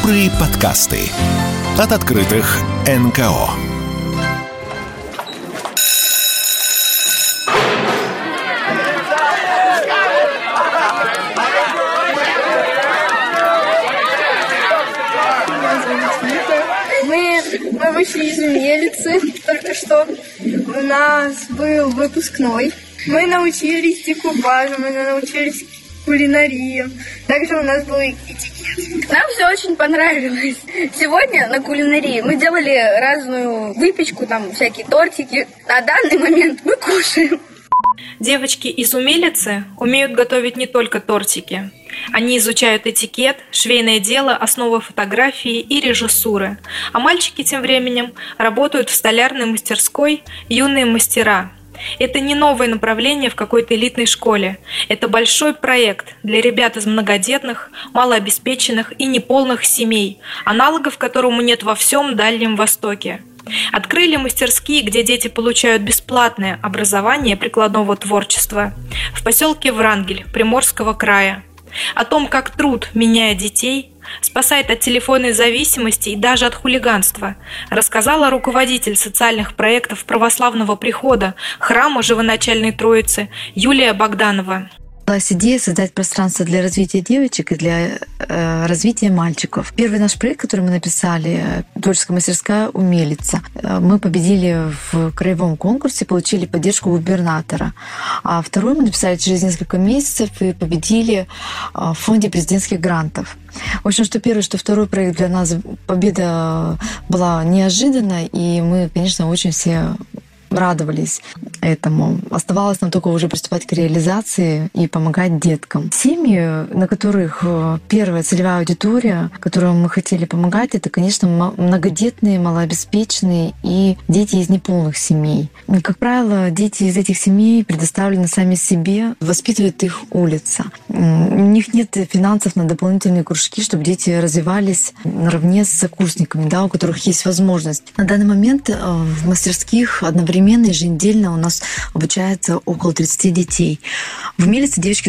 Добрые подкасты от открытых НКО. Мы вышли из мелицы только что. У нас был выпускной. Мы научились декупажу, мы научились кулинарии. Также у нас был этикет. Нам все очень понравилось. Сегодня на кулинарии мы делали разную выпечку, там всякие тортики. На данный момент мы кушаем. Девочки из Умелицы умеют готовить не только тортики. Они изучают этикет, швейное дело, основы фотографии и режиссуры. А мальчики тем временем работают в столярной мастерской «Юные мастера». Это не новое направление в какой-то элитной школе. Это большой проект для ребят из многодетных, малообеспеченных и неполных семей, аналогов которому нет во всем Дальнем Востоке. Открыли мастерские, где дети получают бесплатное образование прикладного творчества в поселке Врангель Приморского края. О том, как труд меняет детей, спасает от телефонной зависимости и даже от хулиганства, рассказала руководитель социальных проектов православного прихода храма Живоначальной Троицы Юлия Богданова. Была идея создать пространство для развития девочек и для развития мальчиков. Первый наш проект, который мы написали, творческая мастерская «Умелица», мы победили в краевом конкурсе, получили поддержку губернатора. А второй мы написали через несколько месяцев и победили в фонде президентских грантов. В общем, что первый, что второй проект для нас победа была неожиданна, и мы, конечно, очень все радовались этому. Оставалось нам только уже приступать к реализации и помогать деткам. Семьи, на которых первая целевая аудитория, которую мы хотели помогать, это, конечно, многодетные, малообеспеченные и дети из неполных семей. Как правило, дети из этих семей предоставлены сами себе, воспитывает их улица. У них нет финансов на дополнительные кружки, чтобы дети развивались наравне с сокурсниками, да, у которых есть возможность. На данный момент в мастерских одновременно еженедельно у нас обучается около 30 детей. В Умелице девочки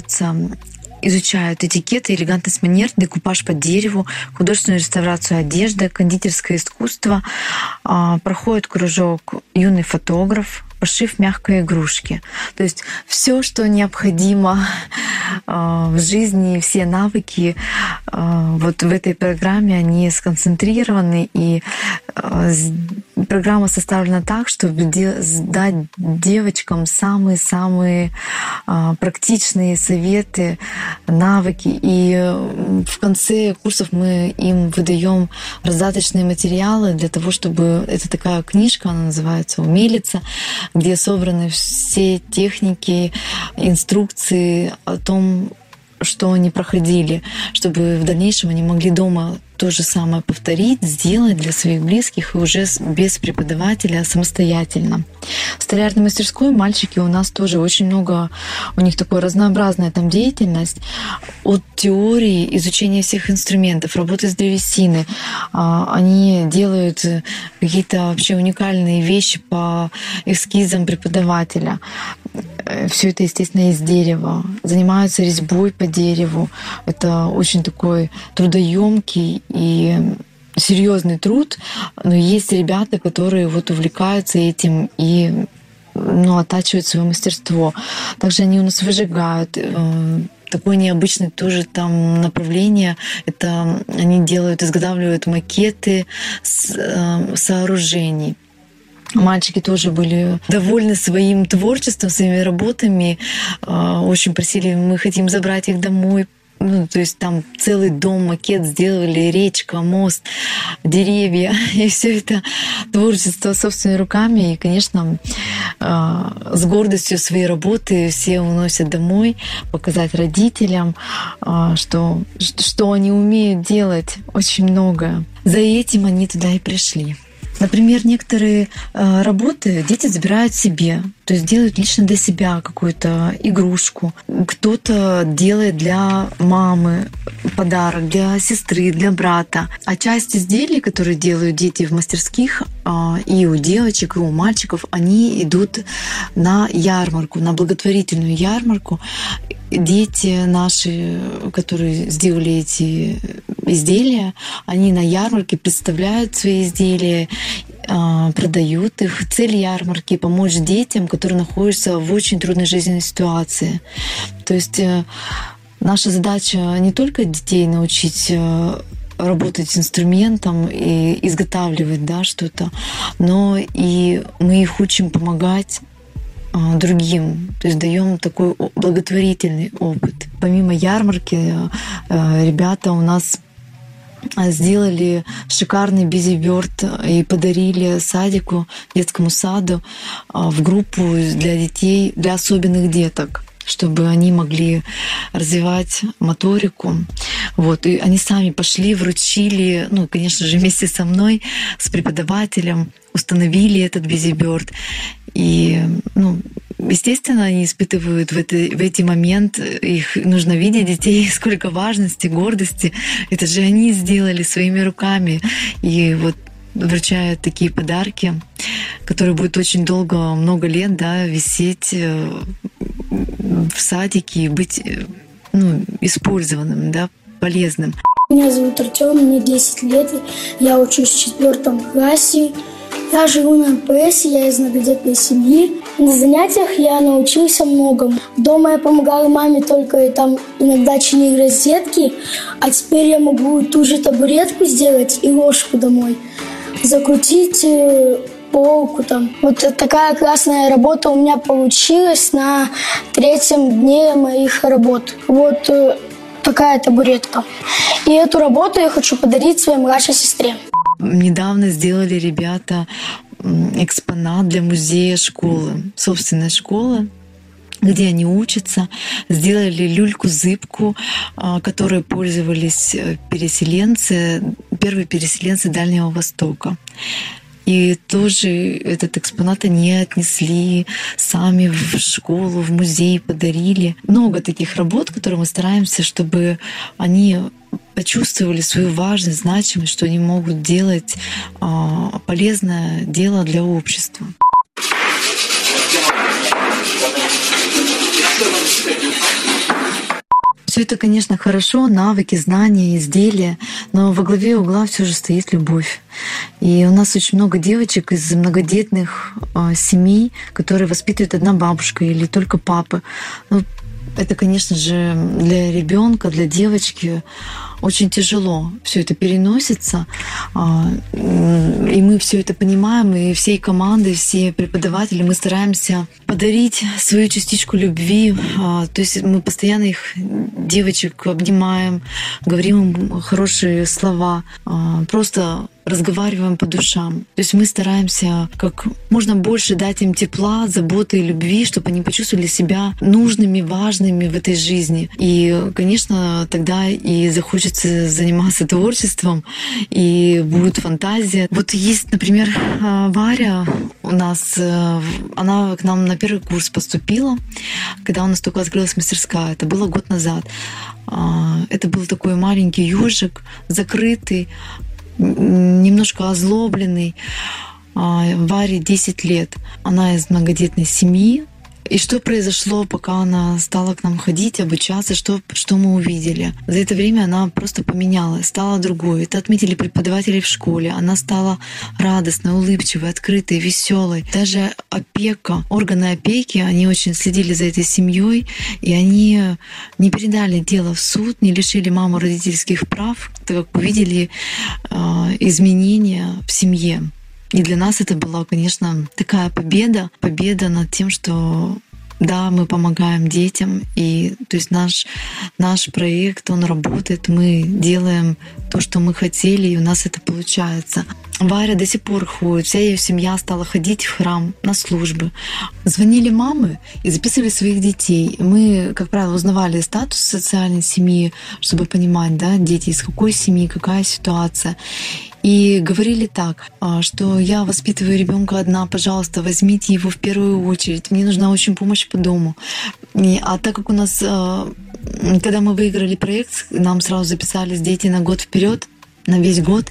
изучают этикет и элегантность манер, декупаж по дереву, художественную реставрацию одежды, кондитерское искусство. Проходит кружок «Юный фотограф», пошив мягкой игрушки. То есть все, что необходимо в жизни, все навыки вот в этой программе, они сконцентрированы, и программа составлена так, чтобы дать девочкам самые-самые практичные советы, навыки. И в конце курсов мы им выдаем раздаточные материалы для того, чтобы... Это такая книжка, она называется «Умелица», где собраны все техники, инструкции о том, что они проходили, чтобы в дальнейшем они могли дома то же самое повторить, сделать для своих близких и уже без преподавателя самостоятельно. В столярной мастерской мальчики у нас тоже очень много, у них такая разнообразная там деятельность от теории, изучения всех инструментов, работы с древесиной. Они делают какие-то вообще уникальные вещи по эскизам преподавателя. Все это, естественно, из дерева. Занимаются резьбой по дереву. Это очень такой трудоемкий и серьезный труд. Но есть ребята, которые вот увлекаются этим и оттачивают свое мастерство. Также они у нас выжигают. Такое необычное тоже там направление. Это они изготавливают макеты сооружений. Мальчики тоже были довольны своим творчеством, своими работами. Очень просили, мы хотим забрать их домой. То есть там целый дом, макет сделали, речка, мост, деревья. И все это творчество собственными руками. И, конечно, с гордостью своей работы все уносят домой, показать родителям, что они умеют делать очень многое. За этим они туда и пришли. Например, некоторые работы дети забирают себе, то есть делают лично для себя какую-то игрушку. Кто-то делает для мамы подарок, для сестры, для брата. А часть изделий, которые делают дети в мастерских, и у девочек, и у мальчиков, они идут на ярмарку, на благотворительную ярмарку. Дети наши, которые сделали эти изделия, они на ярмарке представляют свои изделия, продают их. Цель ярмарки — помочь детям, которые находятся в очень трудной жизненной ситуации. То есть наша задача не только детей научить работать с инструментом и изготавливать, да, что-то, но и мы их учим помогать другим, то есть даем такой благотворительный опыт. Помимо ярмарки, ребята у нас сделали шикарный бизибёрд и подарили садику, детскому саду, в группу для детей, для особенных деток, чтобы они могли развивать моторику. Вот. И они сами пошли, вручили, конечно же, вместе со мной, с преподавателем, установили этот бизибёрд. И, естественно, они испытывают в эти моменты, их нужно видеть, детей, сколько важности, гордости. Это же они сделали своими руками. И вот вручают такие подарки, которые будут очень долго, много лет, да, висеть в садике и быть использованным, да, полезным. Меня зовут Артём, мне 10 лет, я учусь в 4 классе. Я живу на МПС, я из многодетной семьи. На занятиях я научился многому. Дома я помогала маме только там иногда чинить розетки, а теперь я могу ту же табуретку сделать и ложку домой, закрутить полку там. Вот такая классная работа у меня получилась на 3-м дне моих работ. Вот такая табуретка. И эту работу я хочу подарить своей младшей сестре. Недавно сделали ребята экспонат для музея школы, собственной школы, где они учатся. Сделали люльку-зыбку, которой пользовались первые переселенцы Дальнего Востока. И тоже этот экспонат они отнесли сами в школу, в музей, подарили. Много таких работ, которые мы стараемся, чтобы они почувствовали свою важность, значимость, что они могут делать полезное дело для общества. Все это, конечно, хорошо, навыки, знания, изделия, но во главе угла все же стоит любовь. И у нас очень много девочек из многодетных семей, которые воспитывает одна бабушка или только папа. Это, конечно же, для ребенка, для девочки очень тяжело. Все это переносится, и мы все это понимаем, и всей командой, все преподаватели, мы стараемся подарить свою частичку любви. То есть мы постоянно их, девочек, обнимаем, говорим им хорошие слова, просто разговариваем по душам. То есть мы стараемся как можно больше дать им тепла, заботы и любви, чтобы они почувствовали себя нужными, важными в этой жизни. И, конечно, тогда и захочется заниматься творчеством, и будет фантазия. Вот есть, например, Варя у нас, она к нам на первый курс поступила, когда у нас только открылась мастерская. Это было год назад. Это был такой маленький ежик, закрытый, немножко озлобленный. Варе 10 лет. Она из многодетной семьи. И что произошло, пока она стала к нам ходить, обучаться, что мы увидели? За это время она просто поменялась, стала другой. Это отметили преподаватели в школе. Она стала радостной, улыбчивой, открытой, веселой. Даже опека, органы опеки, они очень следили за этой семьей, и они не передали дело в суд, не лишили маму родительских прав, так как увидели изменения в семье. И для нас это была, конечно, такая победа над тем, что да, мы помогаем детям, и то есть наш проект, он работает, мы делаем то, что мы хотели, и у нас это получается. Варя до сих пор ходит, вся ее семья стала ходить в храм на службы. Звонили мамы и записывали своих детей. Мы, как правило, узнавали статус социальной семьи, чтобы понимать, да, дети из какой семьи, какая ситуация. И говорили так, что я воспитываю ребенка одна, пожалуйста, возьмите его в первую очередь, мне нужна очень помощь по дому. А так как у нас, когда мы выиграли проект, нам сразу записались дети на год вперед, на весь год,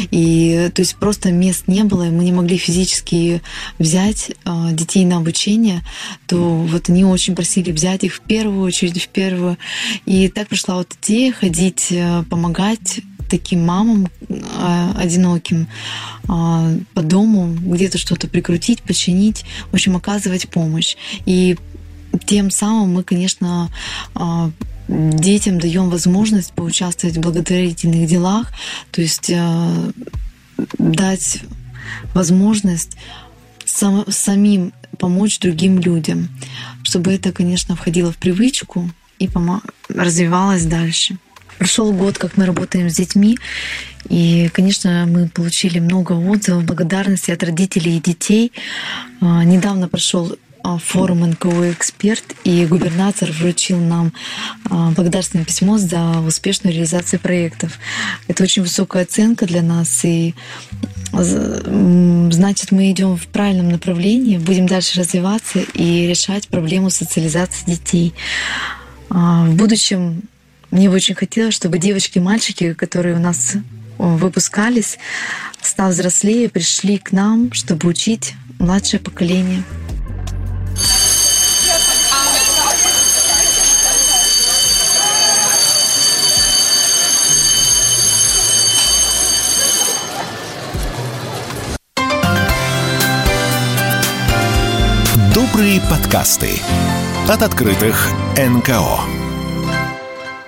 и то есть просто мест не было, и мы не могли физически взять детей на обучение, то вот они очень просили взять их в первую очередь, в первую. И так пришла вот идея ходить, помогать таким мамам одиноким по дому, где-то что-то прикрутить, починить, в общем, оказывать помощь. И тем самым мы, конечно, детям даем возможность поучаствовать в благотворительных делах, то есть дать возможность самим помочь другим людям, чтобы это, конечно, входило в привычку и развивалось дальше. Прошел год, как мы работаем с детьми, и, конечно, мы получили много отзывов, благодарности от родителей и детей. Недавно прошел форум НКО «Эксперт», и губернатор вручил нам благодарственное письмо за успешную реализацию проектов. Это очень высокая оценка для нас, и значит, мы идем в правильном направлении, будем дальше развиваться и решать проблему социализации детей. В будущем мне бы очень хотелось, чтобы девочки и мальчики, которые у нас выпускались, став взрослее, пришли к нам, чтобы учить младшее поколение. Добрые подкасты от открытых НКО.